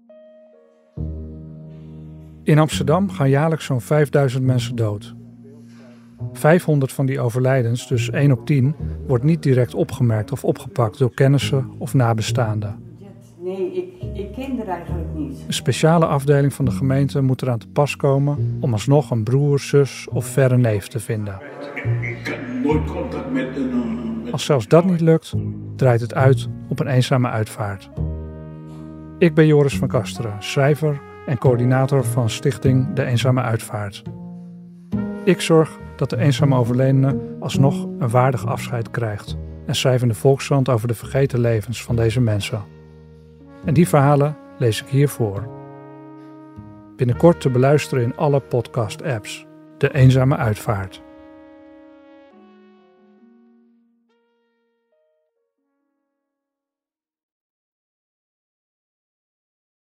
In Amsterdam gaan jaarlijks zo'n 5000 mensen dood. 500 van die overlijdens, dus 1 op 10, wordt niet direct opgemerkt of opgepakt door kennissen of nabestaanden. Nee, ik ken er eigenlijk niet. Een speciale afdeling van de gemeente moet eraan te pas komen om alsnog een broer, zus of verre neef te vinden. Ik heb nooit contact met een... Als zelfs dat niet lukt, draait het uit op een eenzame uitvaart. Ik ben Joris van Kasteren, schrijver en coördinator van Stichting De Eenzame Uitvaart. Ik zorg dat de eenzame overledene alsnog een waardig afscheid krijgt en schrijf in de Volkskrant over de vergeten levens van deze mensen. En die verhalen lees ik hier voor. Binnenkort te beluisteren in alle podcast-apps. De Eenzame Uitvaart.